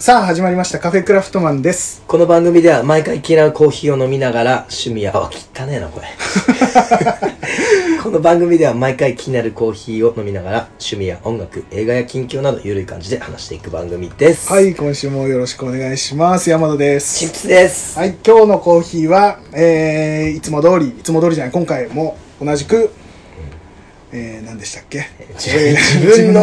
さあ始まりましたカフェクラフトマンです。 この番組では毎回気になるコーヒーを飲みながら趣味や汚ねえなこれこの番組では毎回気になるコーヒーを飲みながら趣味や音楽、映画や近況などゆるい感じで話していく番組です。 はい、今週もよろしくお願いします。山田です。 チップスです。 はい、今日のコーヒーは、いつも通りじゃない、今回も同じく何でしたっけ、 自分の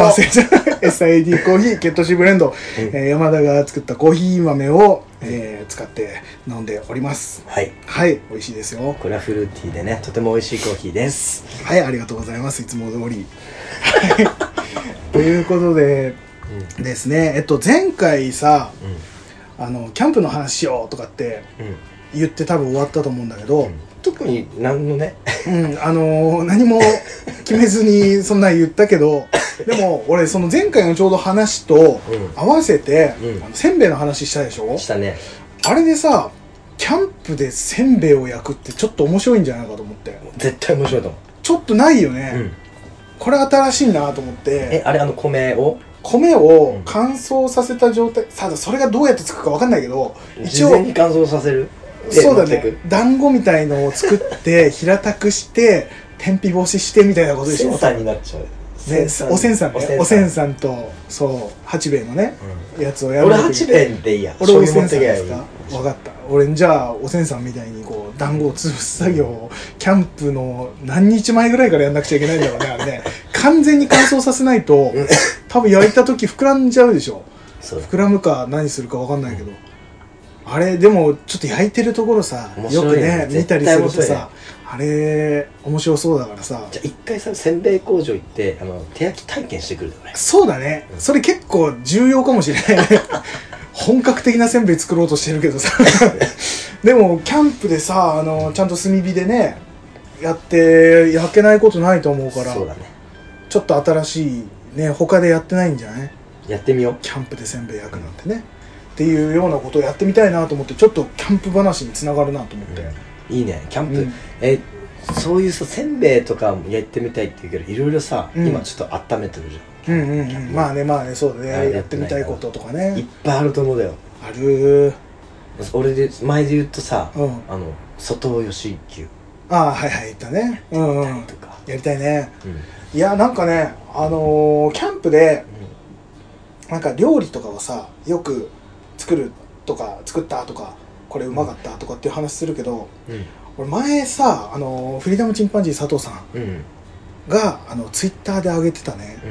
SID コーヒーケットシーブレンド、山田が作ったコーヒー豆を、使って飲んでおります。 はい、 はい、美味しいですよ。 これはフルーティーでね、とても美味しいコーヒーです。 はい、ありがとうございます。いつも通りということで、ですね、前回さ、キャンプの話しようとかって言って多分終わったと思うんだけど、 特に何のね何も決めずにそんなん言ったけどでも俺その前回のちょうど話と合わせて、せんべいの話したでしょ。 したね。 あれでさ、キャンプでせんべいを焼くってちょっと面白いんじゃないかと思って。絶対面白いと思う。 ちょっとないよね、これ新しいなと思って。 あれ米を乾燥させた状態、さあそれがどうやってつくか分かんないけど、 一応事前に乾燥させる。 そうだね、団子みたいのを作って平たくして天日干ししてみたいなことでしょ。 センサーになっちゃうね、おせんさんね、おせんさんとそう八兵衛のね、やつをやる。 俺八兵衛でいいや。 俺おせんさんですか。分かった。俺じゃあおせんさんみたいにこう団子を潰す作業をキャンプの何日前ぐらいからやんなくちゃいけないんだろうね、あれね。完全に乾燥させないと多分焼いた時膨らんじゃうでしょ。膨らむか何するか分かんないけど、あれでもちょっと焼いてるところさ、よくね見たりするとさ、あれ面白そうだからさ。 じゃあ一回さ、せんべい工場行って手焼き体験してくるよね。 そうだね、それ結構重要かもしれないね本格的なせんべい作ろうとしてるけどさでもキャンプでさ、ちゃんと炭火でねやって焼けないことないと思うから。 そうだね、 ちょっと新しいね、他でやってないんじゃない。 やってみよう。 キャンプでせんべい焼くなんてね、っていうようなことをやってみたいなと思って、ちょっとキャンプ話につながるなと思って、 いいねキャンプ、そういうさ、せんべいとかやってみたいって言うけど、いろいろさ、今ちょっと温めてるじゃん。 まあねそうだね、やってみたいこととかねいっぱいあると思うだよ。 ある。 俺で前で言うとさ、外尾義行、 はい言ったね。やりたいね。いやなんかね、キャンプでなんか料理とかをさ、よく作ったとか、これうまかったとかっていう話するけど、俺前さ、フリーダムチンパンジー佐藤さんがツイッターで上げてたね、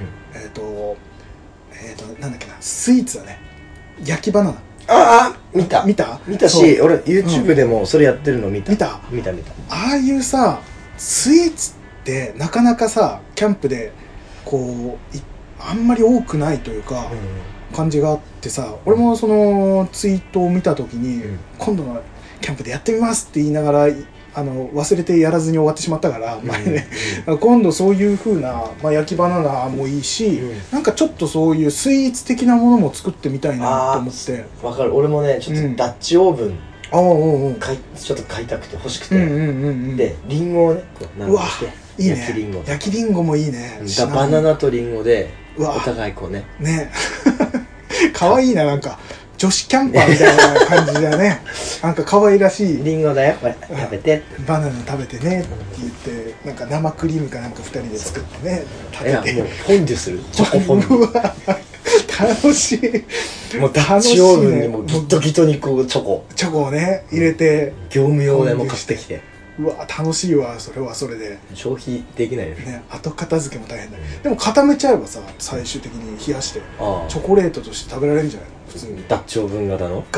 なんだっけな、スイーツだね、焼きバナナ。 見たし、俺 YouTube でもそれやってるの見た。ああいうさスイーツってなかなかさ、キャンプでこうあんまり多くないというか、感じがあってさ、俺もそのツイートを見た時に、今度のキャンプでやってみますって言いながら忘れてやらずに終わってしまったから前ね、今度そういう風な、焼きバナナもいいし、なんかちょっとそういうスイーツ的なものも作ってみたいなと思って。 わかる。俺もねちょっとダッチオーブンちょっと買いたくて欲しくて、でリンゴをねうわいいね、焼きリンゴもいいね。 バナナとリンゴでお互いこうね可愛いな、なんか女子キャンパーみたいな感じだねなんか可愛らしい。 リンゴだよこれ食べて、 バナナ食べてねって言って、なんか生クリームかなんか2人で作ってね食べて、 もうフォンデュする、チョコフォンデュ楽しい。 もうダッチオーブンにもギトギトにこうチョコをね入れて、 業務用でも買ってきて、 うわ楽しいわ、それはそれで。 消費できないよね。 後片付けも大変だ。でも固めちゃえばさ、最終的に冷やしてチョコレートとして食べられるんじゃないの、普通に。 ダッチオーブン型の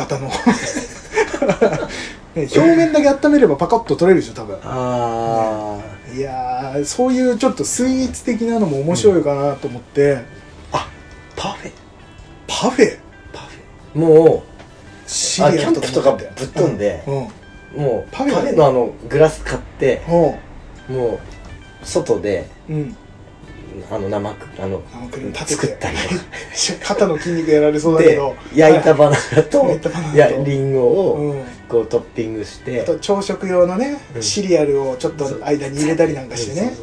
表面だけ温めればパカッと取れるでしょ多分。いやー、そういうちょっとスイーツ的なのも面白いかなと思って。パフェもうシリアルキャンプとかぶっ飛んで、もうパフェのグラス買って、もう外で生クリーム作ったり肩の筋肉やられそうだけど、 焼いたバナナとリンゴをこうトッピングして、 あと朝食用のねシリアルをちょっと間に入れたりなんかしてね。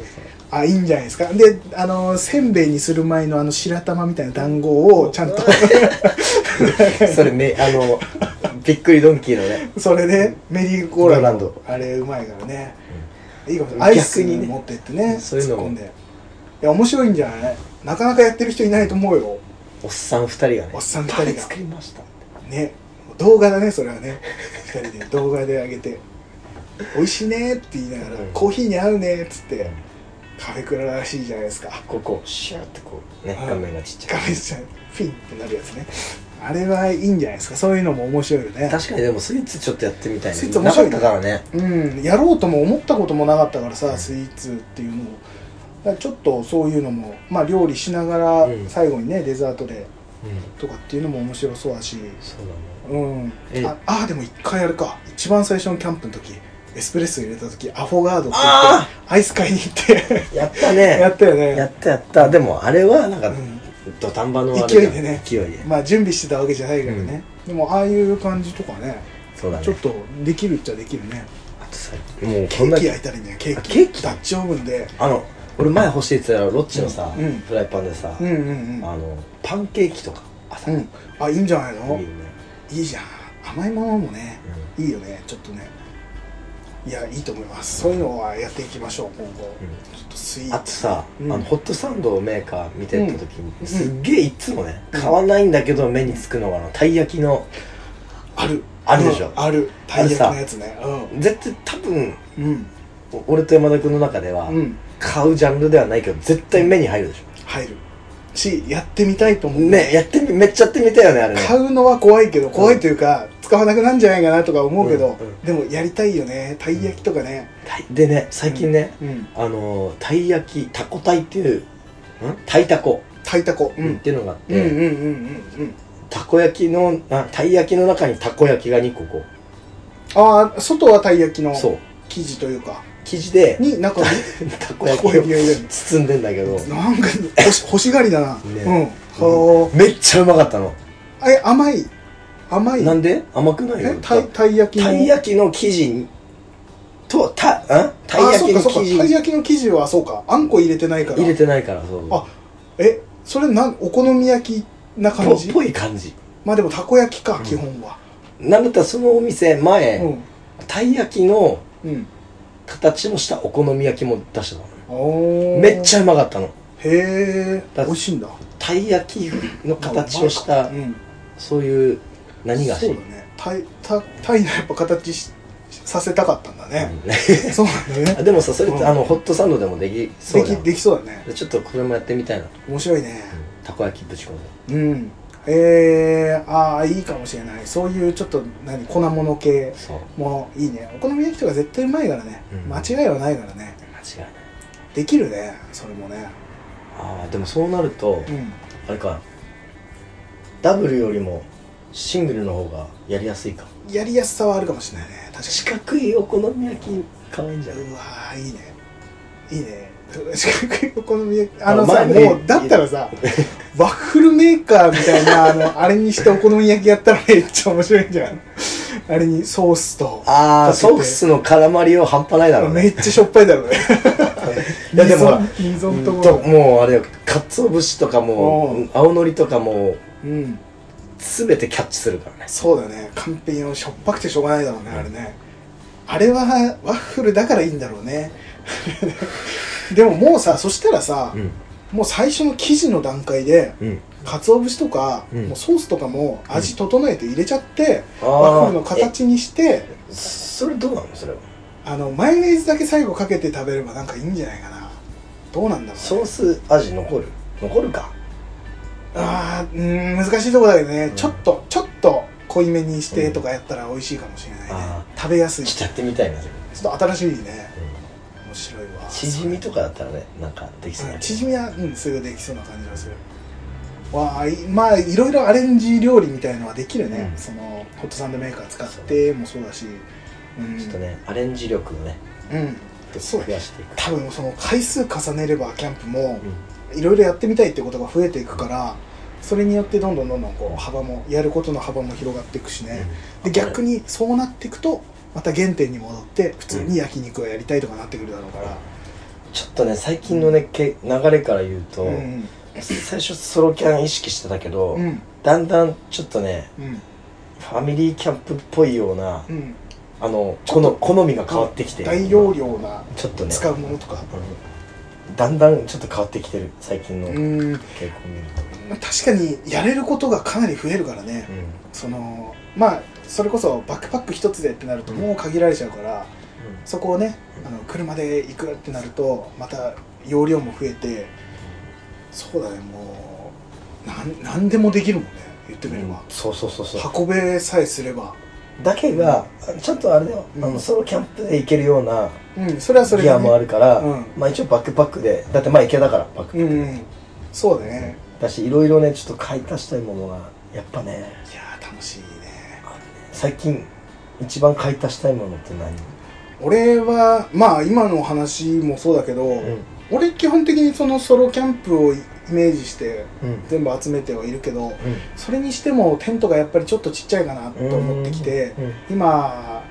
あ、いいんじゃないですか。で、せんべいにする前の白玉みたいな団子をちゃんとそれね、びっくりドンキーのね。 それでメリーゴーランドゴあれうまいからね、いいかもしれない。アイスに持ってってね、 そういうのも突っ込んで、いや面白いんじゃない？なかなかやってる人いないと思うよ。 おっさん2人がね、 おっさん2人が作りましたね、動画だね、それはね。2人で動画で上げて美味しいねって言いながら、コーヒーに合うねっつってカフェクラらしいじゃないですか。 こうシューってこうね、画面がちっちゃい、 画面ちゃいフィンってなるやつね。あれはいいんじゃないですか。そういうのも面白いよね。 確かに。でもスイーツちょっとやってみたいね。 スイーツ面白いねなかったからね。 うん、やろうとも思ったこともなかったからさ、スイーツっていうのを。だからちょっとそういうのも、まあ料理しながら最後にね、デザートでとかっていうのも面白そうだし。 そうだね。 うん。でも一回やるか。一番最初のキャンプの時、エスプレッソ入れた時、アフォガードって言ってアイス買いに行ってやったね。 やったよね。 やったでもあれはなんか、土壇場のあれ勢いでね。 勢いで。 まあ準備してたわけじゃないからね。でもああいう感じとかね。 そうだね。 ちょっとできるっちゃできるね。 あとさ、もうケーキ焼いたりね、ケーキダッチオーブンで。 俺前欲しいって言ったらロッチのさ、フライパンでさ、パンケーキとか朝に。 あ、いいんじゃないの？ いいよね。 いいじゃん。甘いものもね、いいよね。ちょっとね。いや、いいと思います。そういうのはやっていきましょう、今後。ちょっとスイーツ。 あとさ、ホットサンドメーカー見てた時に、すっげえいつもね、買わないんだけど目につくのがたい焼きの。 あるでしょ。 ある。たい焼きのやつね。 絶対多分、俺と山田君の中では、買うジャンルではないけど、絶対目に入るでしょ。 入る。やってみたいと思う。 ね、めっちゃやってみたいよね、あれね。 買うのは怖いけど、怖いというか、使わなくなるんじゃないかなとか思うけど、でもやりたいよね、たい焼きとかね。 でね、最近ね、たい焼き、タコタイっていう、たいたこっていうのがあって、たこ焼きの、たい焼きの中にたこ焼きが2個こう。ああ、外はたい焼きの生地というか。 生地で中にたこ焼きを包んでんだけど、 なんか欲しがりだな。 めっちゃうまかったの。 甘いなんで甘くないよ。 たい焼きの生地とたい焼きの生地、 たい焼きの生地はそうか、あんこ入れてないから。 入れてないから。そう。 それお好み焼きな感じぽい感じ。 まあでもたこ焼きか、基本は。 なんだったらそのお店前、たい焼きの形のしたお好み焼きも出してたの。めっちゃうまかったの。 へえ、美味しいんだ。 たい焼きの形をしたそういう何がしい。 そうだね。たいのやっぱ形させたかったんだね。そうなんだね。 でもさ、それってホットサンドでもできそうだ。 できそうだね。 ちょっとこれもやってみたいな。 面白いね。 たこ焼きぶち込んで。 いいかもしれない。そういうちょっと粉物系もいいね。お好み焼きとか絶対うまいからね。間違いはないからね。 間違いない。 できるね、それもね。 でもそうなると、あれか、ダブルよりもシングルの方がやりやすいか。 やりやすさはあるかもしれないね。確かに。 四角いお好み焼き可愛いんじゃない？ うわー、いいね。いいね。四角いお好み焼き。もう、だったらさ、ワッフルメーカーみたいな、あれにしてお好み焼きやったらめっちゃ面白いんじゃん。あれにソースと。 ソースの絡まりを半端ないだろうね。 めっちゃしょっぱいだろうね。 いやでももうあれ、かつお節とかも、青のりとかも、すべてキャッチするからね。 そうだね。完璧にしょっぱくてしょうがないだろうね、あれね。あれはワッフルだからいいんだろうね。でももうさ、そしたらさ、もう最初の生地の段階で、鰹節とか、もうソースとかも味整えて入れちゃって、ワッフルの形にして。 それどうなの？それはマヨネーズだけ最後かけて食べればなんかいいんじゃないかな。どうなんだろうね。 ソース味残るか。 難しいとこだけどね、ちょっと濃いめにしてとかやったら美味しいかもしれないね。食べやすい。 ちょっとやってみたいな。 ちょっと新しいね。面白いわ。 チヂミとかだったらね、なんかできそうだね。 チヂミはすぐできそうな感じがする。まあいろいろアレンジ料理みたいのはできるね。そのホットサンドメーカー使ってもそうだし、 ちょっとね、アレンジ力をね、増やしていく。 多分その回数重ねればキャンプもいろいろやってみたいってことが増えていくから、それによってどんどんこうやることの幅も広がっていくしね。で逆にそうなっていくとまた原点に戻って普通に焼肉をやりたいとかなってくるだろうから、 ちょっとね最近のね、流れから言うと、最初ソロキャン意識してたけど、だんだんちょっとね、ファミリーキャンプっぽいような、好みが変わってきて、 大容量なちょっとね使うものとか、 だんだんちょっと変わってきてる最近の傾向を見ると。 確かにやれることがかなり増えるからね、そのまあそれこそバックパック一つでってなるともう限られちゃうから、そこをね車で行くってなるとまた容量も増えて、そうだね、もう何でもできるもんね、言ってみれば、 そう運べさえすればだけが、ちょっとあれだよ、ソロキャンプで行けるようなそれはそれで、 ギアもあるから、まあ一応バックパックで、だってまあ池だからバックパックで、 そうだね、 だしいろいろねちょっと買い足したいものがやっぱね、 いやー楽しいね。 最近一番買い足したいものって何？ 俺はまあ今の話もそうだけど、俺基本的にそのソロキャンプをイメージして全部集めてはいるけど、それにしてもテントがやっぱりちょっとちっちゃいかなと思ってきて、今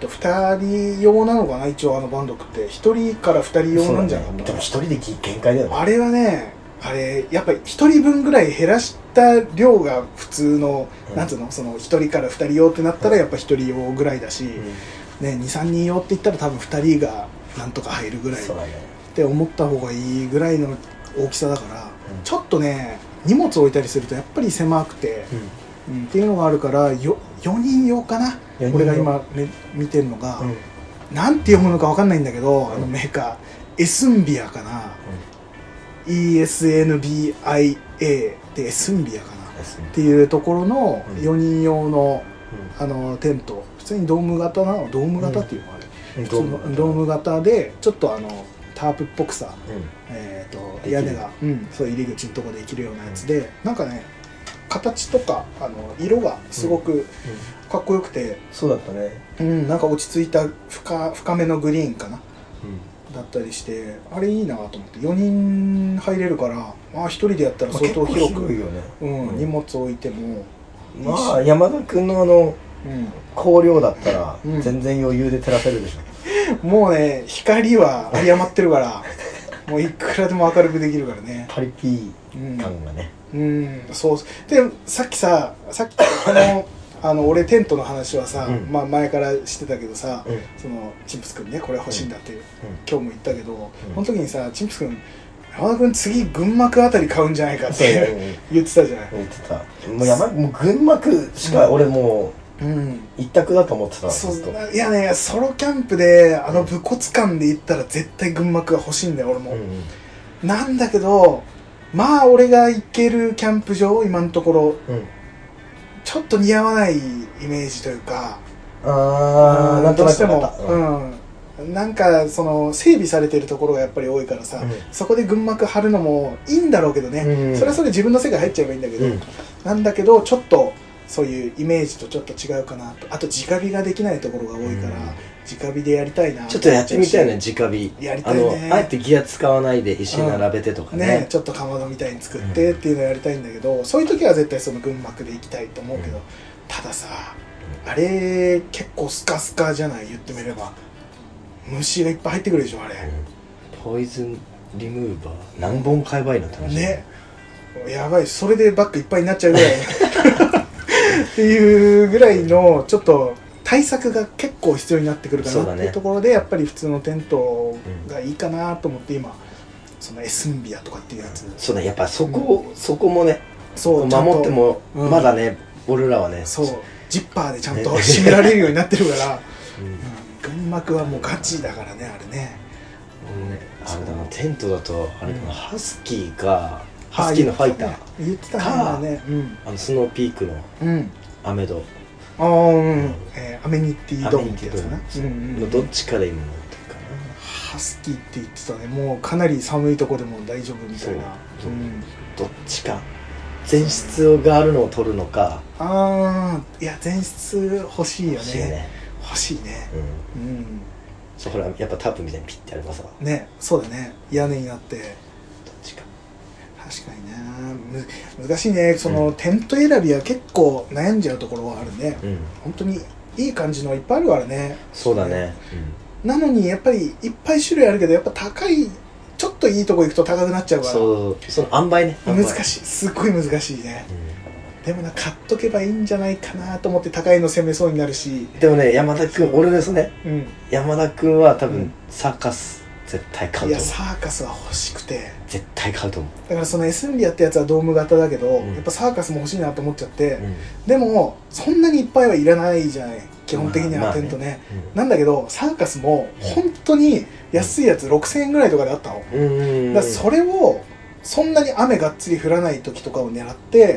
2人用なのかな、一応バンドクって1人から2人用なんじゃないかな、 でも1人で限界だよね。 あれはね、あれやっぱり1人分ぐらい減らした量が普通の、なんつうの、その1人から2人用ってなったらやっぱ1人用ぐらいだし、23人用って言ったら多分2人がなんとか入るぐらいって思った方がいいぐらいの大きさだから、ちょっとね荷物置いたりするとやっぱり狭くて、っていうのがあるから4人用かな。俺が今、見てるのが、なんて読むのか分かんないんだけど、メーカーエスンビアかな、ESNBIA でエスンビアかなっていうところの4人用のテント、普通にドーム型なの、ドーム型っていうのあれ、ドーム型でちょっとタープっぽくさ、屋根が、そう入り口のところでできるようなやつで、なんかね形とか色がすごくかっこよくて、 そうだったね、 なんか落ち着いた深めのグリーンかな、だったりして、あれいいなと思って、4人入れるから、まあ1人でやったら相当広く、荷物置いても、 まあ山田君の光量だったら全然余裕で照らせるでしょ。 もうね光は有り余ってるからもういくらでも明るくできるからね、 パリピー感がね、 そうで、さっき俺テントの話はさ、まあ前からしてたけどさ、そのチンプス君ねこれ欲しいんだって、今日も言ったけど、この時にさチンプス君、山田君次群幕あたり買うんじゃないかって言ってたじゃない。 言ってた。もう群幕しか俺もう一択だと思ってた。 いやね、ソロキャンプで武骨感で言ったら絶対群幕が欲しいんだよ俺も、なんだけど、まあ俺が行けるキャンプ場今のところ、ちょっと似合わないイメージというか、 なんとなくどうしても、なんかその整備されてるところがやっぱり多いからさ、そこで群幕張るのもいいんだろうけどね、それはそれ自分の世界入っちゃえばいいんだけど、なんだけどちょっとそういうイメージとちょっと違うかなと。あと直火ができないところが多いから、直火でやりたいな。 ちょっとやってみたいね、直火。 やりたいね。 あえてギア使わないで石並べてとかね、 ちょっとかまどみたいに作ってっていうのをやりたいんだけど、そういう時は絶対その群幕で行きたいと思うけど、たださ、あれ結構スカスカじゃない、言ってみれば。虫がいっぱい入ってくるでしょあれ、 ポイズンリムーバー何本買えばいいの楽しみね。やばい、それでバッグいっぱいになっちゃうぐらいっていうぐらいのちょっと対策が結構必要になってくるかなっていうところで、やっぱり普通のテントがいいかなと思って今そのエスンビアとかっていうやつ、 そうね、やっぱそこもね、 そう守ってもまだね、俺らはね、 そうジッパーでちゃんと締められるようになってるから群幕はもうガチだからね、あれね。 テントだとあれハスキーか、ハスキーのファイター言ってたね、 スノーピークのアメド、 アメニティドームってやつかな、 どっちかで今持ってるかな。 ハスキーって言ってたね。もうかなり寒いとこでも大丈夫みたいな。 どっちか、前室があるのを取るのか。 いや前室欲しいよね。欲しいね。 ほらやっぱタープみたいにピッてやればさね、そうだね、屋根になって。どっちか。 確かにね、難しいね。そのテント選びは結構悩んじゃうところはあるね。本当にいい感じのいっぱいあるからね。 そうだね。 なのにやっぱりいっぱい種類あるけど、やっぱ高いといいとこ行くと高くなっちゃうからそうその塩梅ね難しいすっごい難しいね、でもな買っとけばいいんじゃないかなと思って高いの攻めそうになるしでもね山田君俺ですね、山田君は多分、サーカス絶対買うと思う。 いやサーカスは欲しくて絶対買うと思う。 だからそのエスンリアってやつはドーム型だけど、やっぱサーカスも欲しいなと思っちゃって、でもそんなにいっぱいはいらないじゃない基本的にはテントね、なんだけどサーカスも本当に安いやつ6000円ぐらいとかであったの、だからそれをそんなに雨がっつり降らない時とかを狙って、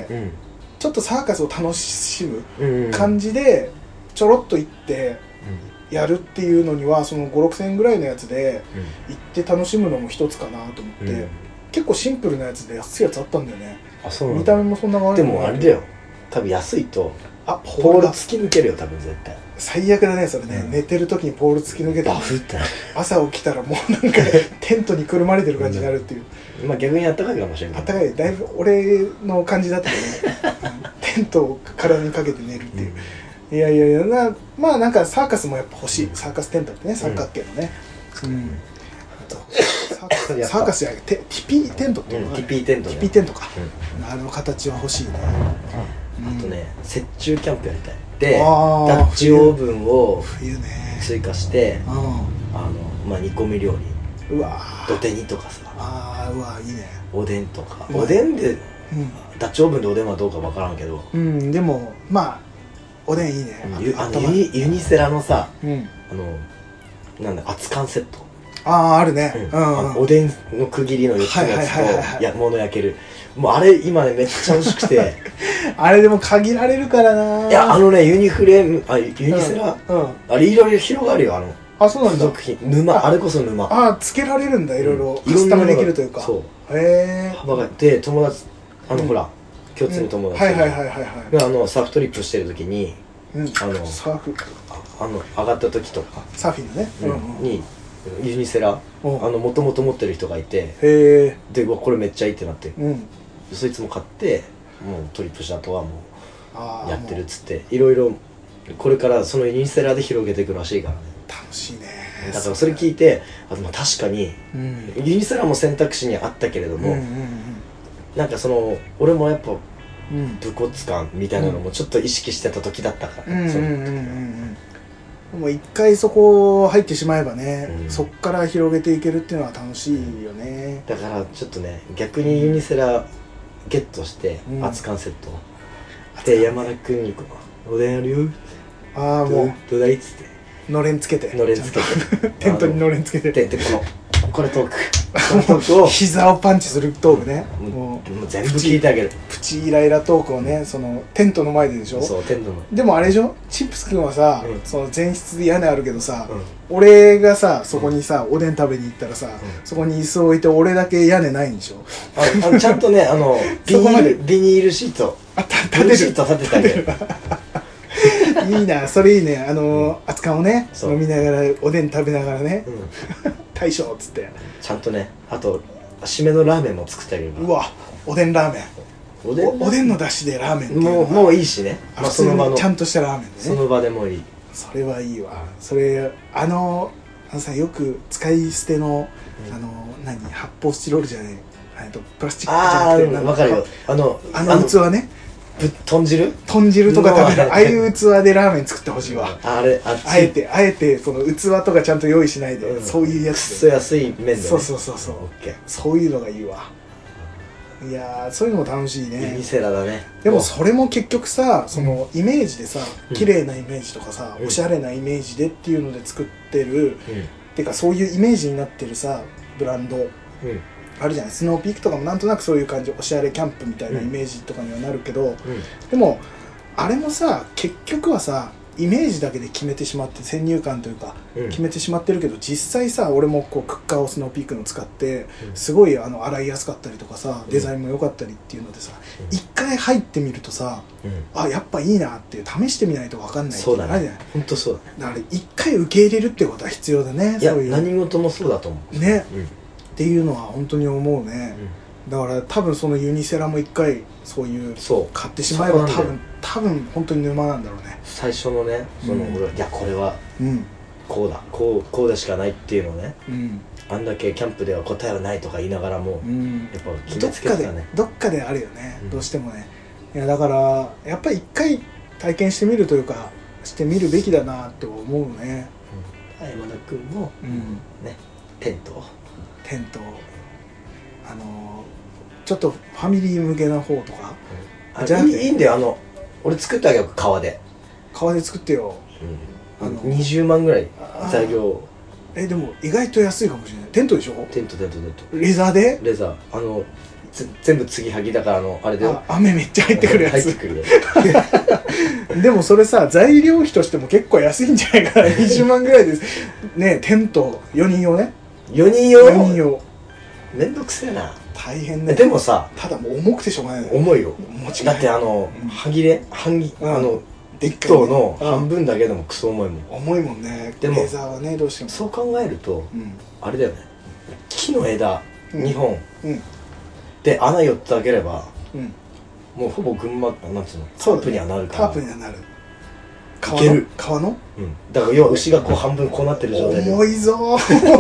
ちょっとサーカスを楽しむ感じでちょろっと行ってやるっていうのにはその5、6000円ぐらいのやつで行って楽しむのも一つかなと思って、結構シンプルなやつで安いやつあったんだよね。 あ、そうなんだ。 見た目もそんな悪いでもあれだよ、多分安いとポール突き抜けるよ多分絶対。 最悪だねそれね、寝てる時にポール突き抜けてバフって朝起きたらもうなんかテントにくるまれてる感じになるっていう、 まあ逆にあったかいかもしれない。 あったかい、だいぶ俺の感じだったけどねテントを体にかけて寝るっていう、いやいやいやまあなんかサーカスもやっぱ欲しい、サーカステントってね三角形のね、あとサーカスじゃなくてティピーテントっていうのが、 ティピーテントね、 ティピーテントか、あの形は欲しいね。 あとね雪中キャンプやりたいで、ダッチオーブンを追加してまあ煮込み料理、土手煮とかさ、 うわいいね、 おでんとか、おでんでダッチオーブンでおでんはどうかわからんけど、 でもまあおでんいいね。 ユニセラのさ、なんだ熱燗セット、 あるね、 おでんの区切りの4つのやつと物焼ける、もうあれ今ねめっちゃ美味しくてあれでも限られるからな。 いやユニフレームユニセラ、あれいろいろ広がるよ、 そうなんだ、 付属品、沼、あれこそ沼、 つけられるんだ、いろいろカスタムできるというか、 そうへえ、幅がで友達ほら共通の友達がサーフトリップしてる時にサーフ上がった時とかサーフィンのねにユニセラもともと持ってる人がいて、でこれめっちゃいいってなって、そいつも買ってもうトリップした後はもうやってるっつって、いろいろこれからそのユニセラで広げていくらしいからね。 楽しいね。 だからそれ聞いて確かにユニセラも選択肢にあったけれども、なんかその俺もやっぱ武骨感みたいなのもちょっと意識してた時だったから、 もう一回そこ入ってしまえばね、そっから広げていけるっていうのは楽しいよね。 だからちょっとね逆にユニセラゲットして熱燗セットで山田君におでんあるよ、 もうどうだいっつってのれんつけてテントにのれんつけてでこれトークを膝をパンチするトークね、 もう全部聞いてあげるプチイライラトークをね、そのテントの前ででしょ。 そうテントのでもあれでしょ、チップス君はさ、その前室で屋根あるけどさ、俺がさそこにさおでん食べに行ったらさ、そこに椅子を置いて俺だけ屋根ないんでしょ。 ちゃんとねビニールシート立ててあげるいいな、それいいね。熱燗をね飲みながらおでん食べながらね、大将っつってちゃんとね、あと締めのラーメンも作ってあげる。 うわ、おでんラーメン、おでんの出汁でラーメンっていうのはもういいしね、 その場のちゃんとしたラーメンでね、 その場でもいい。 それはいいわ。それさ、よく使い捨ての発泡スチロールじゃねえ、プラスチックじゃなくて、 分かるよ、 器ね、 豚汁とか食べたああいう器でラーメン作ってほしいわ。あえてその器とかちゃんと用意しないで、そういうやつでくっそ安い麺で、 そうそういうのがいいわ。いやそういうのも楽しいね。 ユニセラだね。 でもそれも結局さ、そのイメージでさ、綺麗なイメージとかさ、おしゃれなイメージでっていうので作ってる、てかそういうイメージになってるさブランドあるじゃない。スノーピークとかもなんとなくそういう感じ、おしゃれキャンプみたいなイメージとかにはなるけど、でもあれもさ結局はさイメージだけで決めてしまって、先入観というか決めてしまってるけど、実際さ俺もクッカーをスノーピークの使ってすごい洗いやすかったりとかさ、デザインも良かったりっていうのでさ、一回入ってみるとさ、やっぱいいなっていう試してみないと分かんないっていうのあるじゃない。 本当そうだから一回受け入れるってことは必要だね。 いや何事もそうだと思うね、っていうのは本当に思うね。だから多分そのユニセラも一回そういう買ってしまえば多分本当に沼なんだろうね。 最初のね、俺はいやこれはこうだこうでしかないっていうのをね、 うんあんだけキャンプでは答えはないとか言いながらも、 うん、 やっぱ決めつけてたね。 どっかであるよね、 うんどうしてもね。いやだからやっぱり一回体験してみるというかしてみるべきだなって思うね。 山田君も、 うんね、テントちょっとファミリー向けな方とか、 じゃあいいんだよ。俺作ってあげようか、革で。 革で作ってよ。 20万ぐらい材料。 でも意外と安いかもしれない。テントでしょ。 テントレザーでレザー全部継ぎはぎだからあれで雨めっちゃ入ってくるやつ入ってくるよでもそれさ材料費としても結構安いんじゃないかな20万ぐらいですね。テント4人用ね。 4人用めんどくせえな。 大変ね。 でもさ、 ただもう重くてしょうがないね。 重いよ。だって歯切れ1頭の半分だけでもクソ重いもん。 重いもんね。 でもレザーはねどうしてもそう考えるとあれだよね。木の枝2本で穴4つ開ければもうほぼ群馬なんつうのタープにはなるから。 タープにはなる。 いける。 革のだから要は牛がこう半分こうなってる状態で。 重いぞ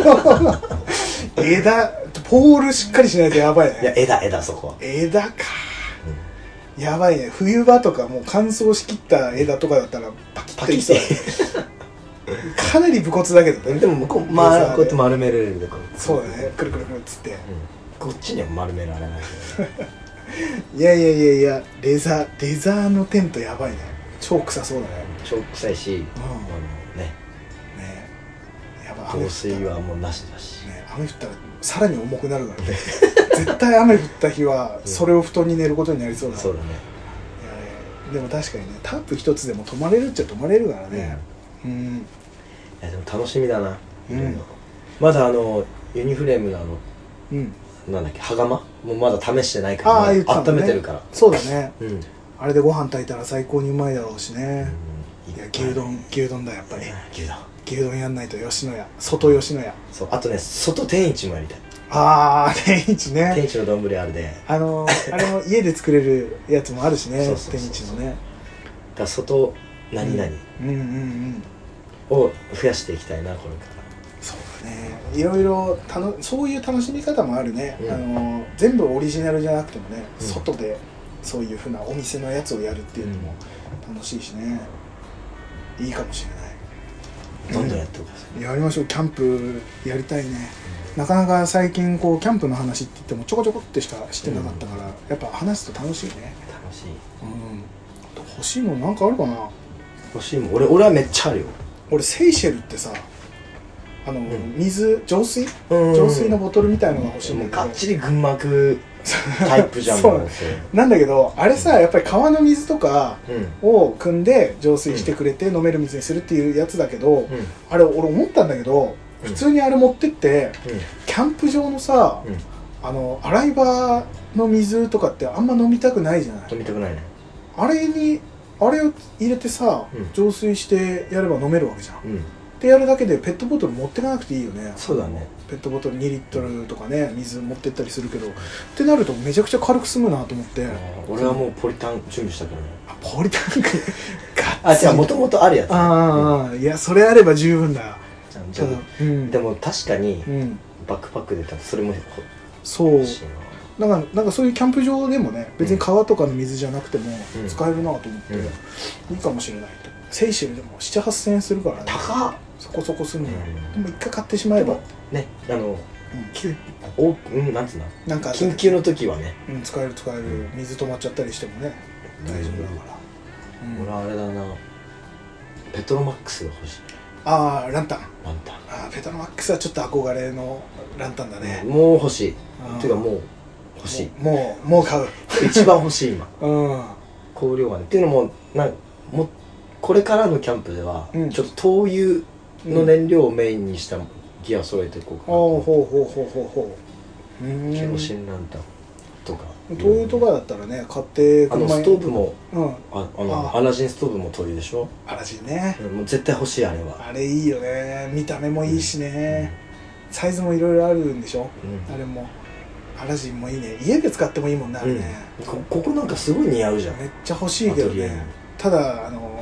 枝ポールしっかりしないとやばいね。 いや枝そこは枝か、やばいね。冬場とかもう乾燥しきった枝とかだったらパキッといきそうだねかなり武骨だけどね。 でもこうやって丸められるで。 そうだね。くるくるくるっつって、 こっちには丸められないいやレザーのテントやばいね。超臭そうだね。 超臭いし、 やばい。 防水はもうなしだし、 雨降ったらさらに重くなるからね絶対雨降った日はそれを布団に寝ることになりそうだ。 そうだね。 でも確かにねタープ一つでも泊まれるっちゃ泊まれるからね。 いやでも楽しみだな。まだユニフレームのなんだっけ羽釜もまだ試してないから温めてるから。 そうだね。あれでご飯炊いたら最高にうまいだろうしね。いや牛丼だやっぱり。牛丼やんないと吉野家外吉野家。 そうあとね外天一もやりたい。 天一ね。 天一の丼あるであれも家で作れるやつもあるしね。天一のね。 だから外何々を増やしていきたいなこれから。 そうだね。いろいろそういう楽しみ方もあるね。全部オリジナルじゃなくてもね、外でそういうふうなお店のやつをやるっていうのも楽しいしね。いいかもしれない。 どんどんやってください。やりましょう。キャンプやりたいね。なかなか最近こうキャンプの話って言ってもちょこちょこってしかしてなかったから、やっぱ話すと楽しいね。 楽しい。 欲しいものなんかあるかな。 欲しいもん俺はめっちゃあるよ。 俺セイシェルってさ水浄水のボトルみたいのが欲しいんだけど、 がっちり群膜タイプじゃん。 そうなんだけどあれさやっぱり川の水とかを汲んで浄水してくれて飲める水にするっていうやつだけど、あれ俺思ったんだけど普通にあれ持ってってキャンプ場のさ洗い場の水とかってあんま飲みたくないじゃない。 飲みたくないね。 あれを入れてさ浄水してやれば飲めるわけじゃん。ってやるだけでペットボトル持ってかなくていいよね。 そうだね。 ペットボトル2リットルとかね水持ってったりするけどってなるとめちゃくちゃ軽く済むなと思って。 俺はもうポリタン準備したけどね。 ポリタンクじゃあもともとあるやつ。 いやそれあれば十分だ。 でも確かにバックパックでそれもそうなんかそういうキャンプ場でもね別に川とかの水じゃなくても使えるなと思っていいかもしれないと。セイシェルでも 7,8,000 円するからね。 高っ。 そこそこするの。でも一回買ってしまえばねなんつうのなんか緊急の時はね使える水止まっちゃったりしてもね大丈夫だから。 俺はあれだなペトロマックスが欲しい。 ランタン。ペトロマックスはちょっと憧れのランタンだね。 もう欲しいっていうかもう欲しい。 もう買う。 一番欲しい今。香料がねっていうのももうこれからのキャンプではちょっと灯油の燃料をメインにしたギアを揃えていこうかな。 ほう。ケロシンランタンとか。 灯油とかだったらね買ってストーブもアラジンストーブも灯油でしょ。 アラジンね。 もう絶対欲しいあれは。 あれいいよね。見た目もいいしね。サイズもいろいろあるんでしょ。あれもアラジンもいいね。家で使ってもいいもんねあれね。 ここなんかすごい似合うじゃん。 めっちゃ欲しいけどね。ただ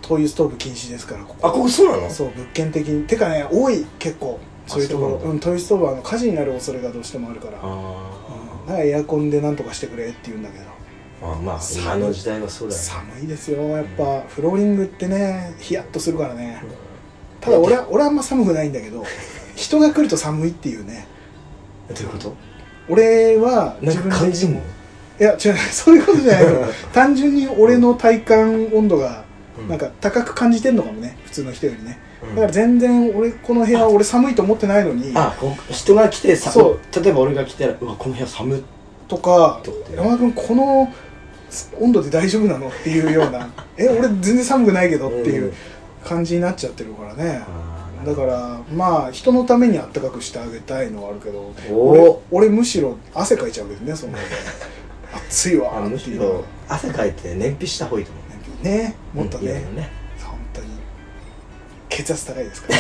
灯油ストーブ禁止ですからこあ、ここそうなの？ そう物件的にてかね多い結構そういうところ。灯油ストーブは火事になる恐れがどうしてもあるから、だからエアコンでなんとかしてくれって言うんだけど、 まあ今の時代はそうだよね。 寒いですよやっぱ、フローリングってねヒヤッとするからね、ただ俺はあんま寒くないんだけど人が来ると寒いっていうね。 どういうこと？ 俺はなんか感じんの？ いや違うそういうことじゃないの単純に俺の体感温度がなんか高く感じてんのかもね、普通の人よりね。だから全然俺この部屋俺寒いと思ってないのに、 人が来てそう例えば俺が来たらうわこの部屋寒いとか、山田君この温度で大丈夫なのっていうような俺全然寒くないけどっていう感じになっちゃってるからね。だからまあ人のためにあったかくしてあげたいのはあるけど、俺むしろ汗かいちゃうけどね、その暑いわむしろ汗かいて燃費した方がいいと思うね。もっとね、本当に血圧高いです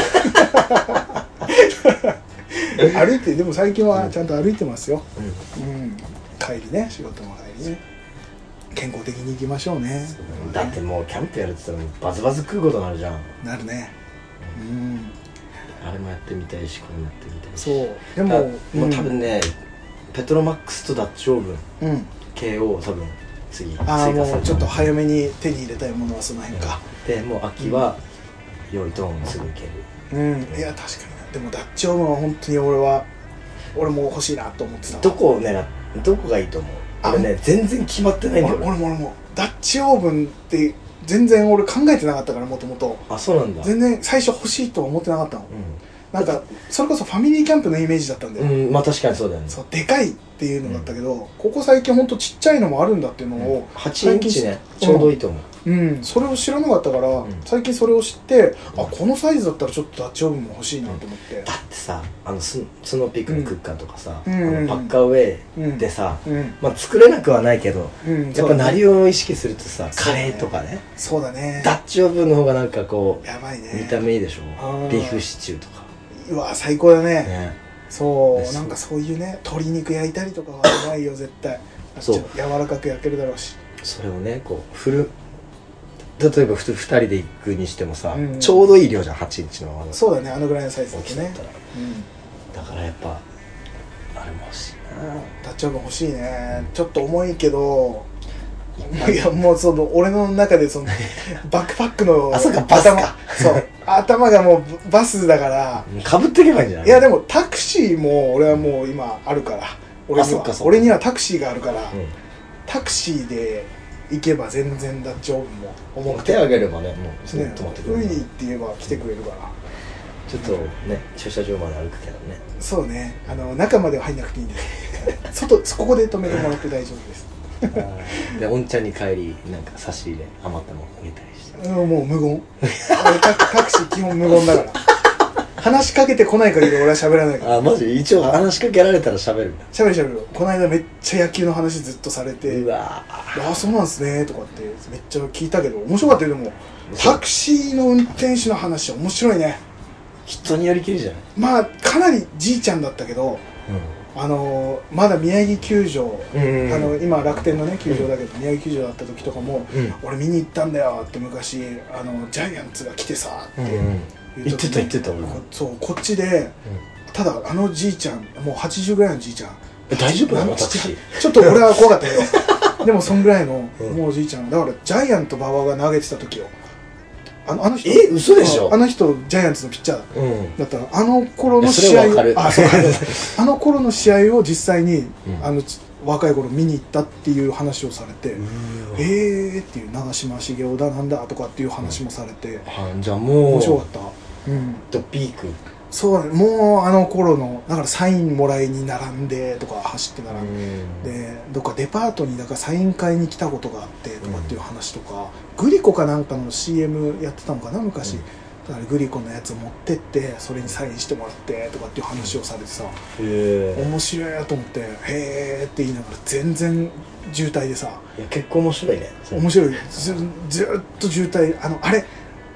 から歩いて、でも最近はちゃんと歩いてますよ。帰りね、仕事の帰りね、健康的に行きましょうね。 だってもうキャンプやるって言ったらバズバズ食うことになるじゃん。 なるね。 あれもやってみたいしこれもやってみたいし。 そうでももう多分ねペトロマックスとダッチオーブン系を多分次追加される。 もうちょっと早めに手に入れたいものはその辺か。 でもう秋は用意ドンすぐいける。 いや確かに。でもダッチオーブンは本当に俺も欲しいなと思ってた。 どこがいいと思う？俺ね全然決まってないんだよ。 俺もダッチオーブンって全然俺考えてなかったから、もともと。 あ、そうなんだ。 全然最初欲しいとは思ってなかったの。なんかそれこそファミリーキャンプのイメージだったんだよ。 まあ確かにそうだよね。 そうでかいっていうのだったけど、ここ最近ほんとちっちゃいのもあるんだっていうのを 8インチね、ちょうどいいと思う。 それを知らなかったから、最近それを知って、このサイズだったらちょっとダッチオーブンも欲しいなと思って。 だってさ、スノーピークのクッカーとかさ、パッカーウェイでさ、まあ作れなくはないけど、やっぱ鳴りを意識するとさ、カレーとかね。 そうだね。 ダッチオーブンの方がなんかこう、 やばいね。 見た目いいでしょ。ビーフシチューとか。 うわ最高だね。そうなんかそういうね、鶏肉焼いたりとかはうまいよ絶対。そう柔らかく焼けるだろうし。それをねこう例えば2人で行くにしてもさ、ちょうどいい量じゃん、8インチの。 そうだね、あのぐらいのサイズだとね。 だからやっぱあれも欲しいな。 ダッチオーブン欲しいね。ちょっと重いけど、いやもう俺の中でバックパックのあ、そうかバスか。 そう頭がもうバスだからかぶってけばいいんじゃない？ いやでもタクシーも俺はもう今あるから、俺にはタクシーがあるから、タクシーで行けば全然ダッチオーブンも重くて手あげればね、もうすぐ止まってくれる。 ウイニーって言えば来てくれるから。 ちょっとね、駐車場まで歩くけどね。 そうね、中までは入んなくていいんですここで止めてもらって大丈夫です。 で、おんちゃんに帰りなんか差し入れ余ったもんあげたりして。 もう無言。タクシー基本無言だから話しかけてこない限り俺は喋らないから。 マジ？一応話しかけられたら喋るんだ。 喋る。この間めっちゃ野球の話ずっとされて、 うわそうなんすねとかってめっちゃ聞いたけど面白かったよ。でもタクシーの運転手の話面白いね。 人によりきりじゃない？ まあかなりじいちゃんだったけど、まだ宮城球場、今楽天のね球場だけど、宮城球場だった時とかも、俺見に行ったんだよって昔ジャイアンツが来てさって言ってた俺も。 そうこっちで、ただじいちゃんもう80ぐらいのじいちゃん、 大丈夫なの？私ちょっと俺は怖かったけどでもそんぐらいのもうじいちゃんだから、ジャイアント馬場が投げてた時よ。あの人嘘でしょ？ あの人ジャイアンツのピッチャーだったら、あの頃の試合あの頃の試合を実際に若い頃見に行ったっていう話をされて、っていう長嶋茂雄だなんだとかっていう話もされて、 じゃあもう面白かった。 ドピーク。 そうだね、もうあの頃のだからサインもらいに並んでとか走って並んで、どっかデパートにだからサイン会に来たことがあってとかっていう話とか、グリコかなんかの CM やってたのかな昔、だからグリコのやつを持ってってそれにサインしてもらってとかっていう話をされてさ、面白いなと思って、へーって言いながら全然渋滞でさ。 いや結構面白いね。 面白い。ずっと渋滞。あれ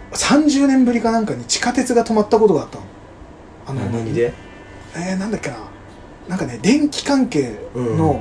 30年ぶりかなんかに地下鉄が止まったことがあったの。 何で？ なんだっけな、なんかね電気関係の、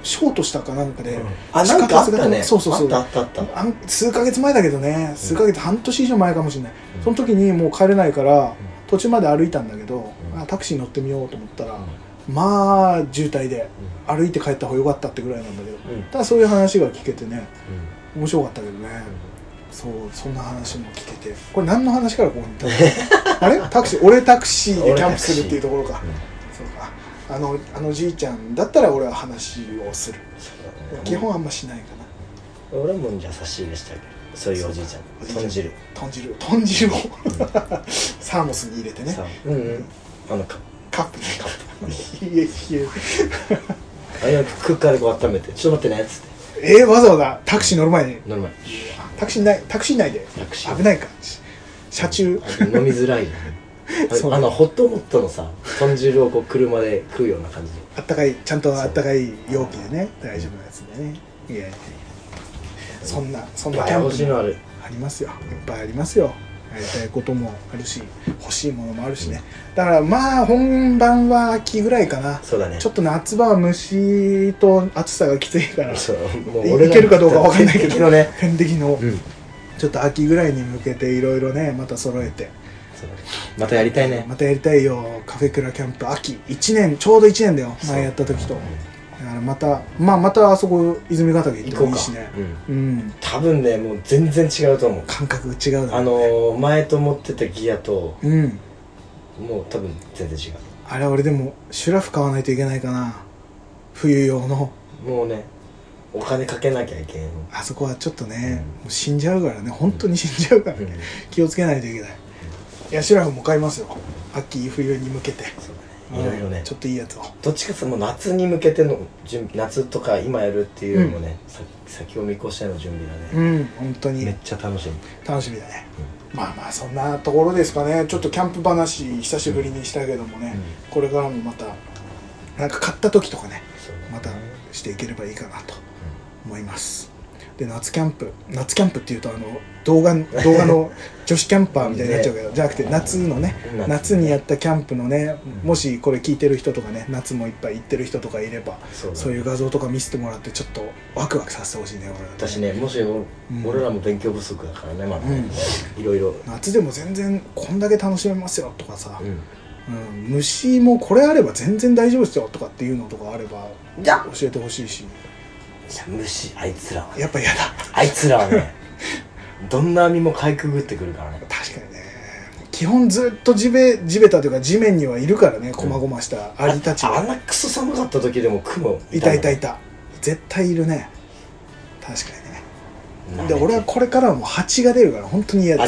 ショートしたかなんかで、 あ、なんかあったね。 そうそうそう、 あった。 数ヶ月前だけどね、数ヶ月、半年以上前かもしれない、その時にもう帰れないから途中まで歩いたんだけど、タクシー乗ってみようと思ったら、まあ渋滞で歩いて帰った方が良かったってぐらいなんだけど、ただそういう話が聞けてね、面白かったけどね、そんな話も聞けて、これ何の話からここに行ったのあれ俺タクシーでキャンプするっていうところか、そうか、あのじいちゃんだったら俺は話をする、基本あんましないかな。 俺もじゃあ差し入れしたけど、そういうおじいちゃん、豚汁をサーモスに入れてね、カップに冷えクッカーでこう温めて、ちょっと待ってねっつって、 わざわざタクシー乗る前に、タクシー内で危ないか、車中飲みづらいホットモットのさ、豚汁をこう車で食うような感じで、 あったかい、ちゃんとあったかい容器でね、大丈夫なやつでね。いやそんなキャンプもありますよ、いっぱいありますよ。やりたいこともあるし、欲しいものもあるしね。だからまあ本番は秋ぐらいかな。 そうだね。 ちょっと夏場は虫と暑さがきついから、 もういけるかどうかわかんないけど、 天敵のちょっと秋ぐらいに向けていろいろね、また揃えて、 またやりたいね。 またやりたいよ、カフェクラキャンプ秋。1年、ちょうど1年だよ、前やった時と。だからまたあそこ泉ヶ岳行ってもいいしね。 多分ね、もう全然違うと思う。 感覚違うだろう。前と持ってたギアと、もう多分全然違う。 あれ俺でもシュラフ買わないといけないかな、冬用の。 もうね、お金かけなきゃいけん。 あそこはちょっとね、もう死んじゃうからね、本当に死んじゃうからね、気をつけないといけない。いや、シュラフも買いますよ、秋冬に向けて。 いろいろね、 ちょっといいやつを。 どっちかっていうともう夏に向けての準備、夏とか今やるっていうよりもね、先を見越しての準備だね。 本当にめっちゃ楽しみだね。まあそんなところですかね。ちょっとキャンプ話久しぶりにしたけどもね、これからもまたなんか買った時とかね、またしていければいいかなと思います。で、夏キャンプっていうと動画の女子キャンパーみたいになっちゃうけど、じゃなくて夏のね、夏にやったキャンプのね、もしこれ聞いてる人とかね、夏もいっぱい行ってる人とかいれば、そういう画像とか見せてもらって、ちょっとワクワクさせてほしいね、俺ら。 私ね、もし俺らも勉強不足だからね、まだね、いろいろ夏でも全然こんだけ楽しめますよとかさ、虫もこれあれば全然大丈夫ですよとかっていうのとかあれば教えてほしいし。 いや、虫、あいつらはやっぱ嫌だ。 あいつらはね、どんな網もかいくぐってくるからね。 確かにね、基本ずっと地べたというか地面にはいるからね、こまごましたアリたちは。 あんなクソ寒かった時でもクモいた絶対いるね。確かにね。で、俺はこれからはもう蜂が出るから本当に嫌です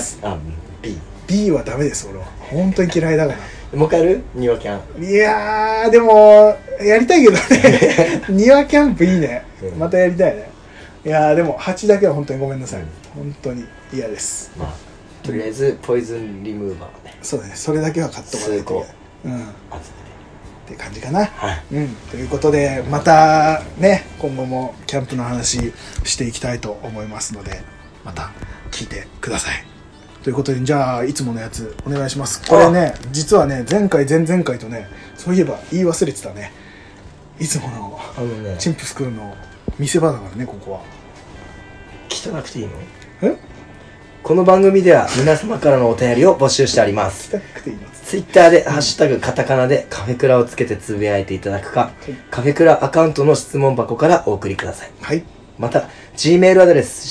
。B はダメです。俺は本当に嫌いだから。 もう一回やる？庭キャン。 いやー、でもやりたいけどね庭キャンプいいね、またやりたいね。いやー、でも蜂だけは本当にごめんなさい、本当に嫌です。 まあとりあえずポイズンリムーバーね。 そうだね、それだけは買っとかないと。って感じかな。ということで、またね、今後もキャンプの話していきたいと思いますので、また聞いてください。ということで、じゃあいつものやつお願いします。これね、実はね、前回前々回とね、そういえば言い忘れてたね。いつものチンプスクールの見せ場だからね、ここは。 汚くていいの？この番組では皆様からのお便りを募集しております。 汚くていいの？ ツイッターでハッシュタグカタカナでカフェクラをつけてつぶやいていただくか、カフェクラアカウントの質問箱からお送りください。 はい。 また Gmail アドレス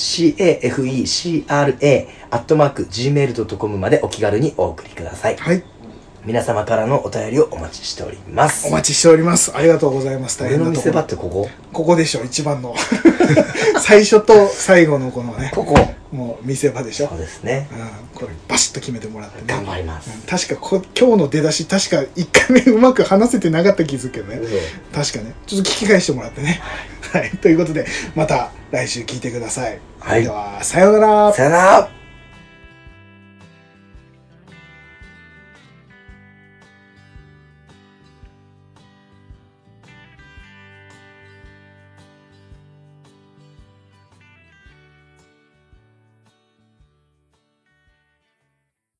cafecra@gmail.com までお気軽にお送りください。 はい。 皆様からのお便りをお待ちしております。 お待ちしております。ありがとうございます。 大変なところ。俺の見せ場ってここでしょ、一番の最初と最後のこのね、 ここもう見せ場でしょ。 そうですね。 これバシッと決めてもらってね。 頑張ります。 確か今日の出だし、確か1回目うまく話せてなかった気づくけどね。確かね。ちょっと聞き返してもらってね。はい。ということで、また来週聞いてください。 はい。 では、さようなら。 さようなら。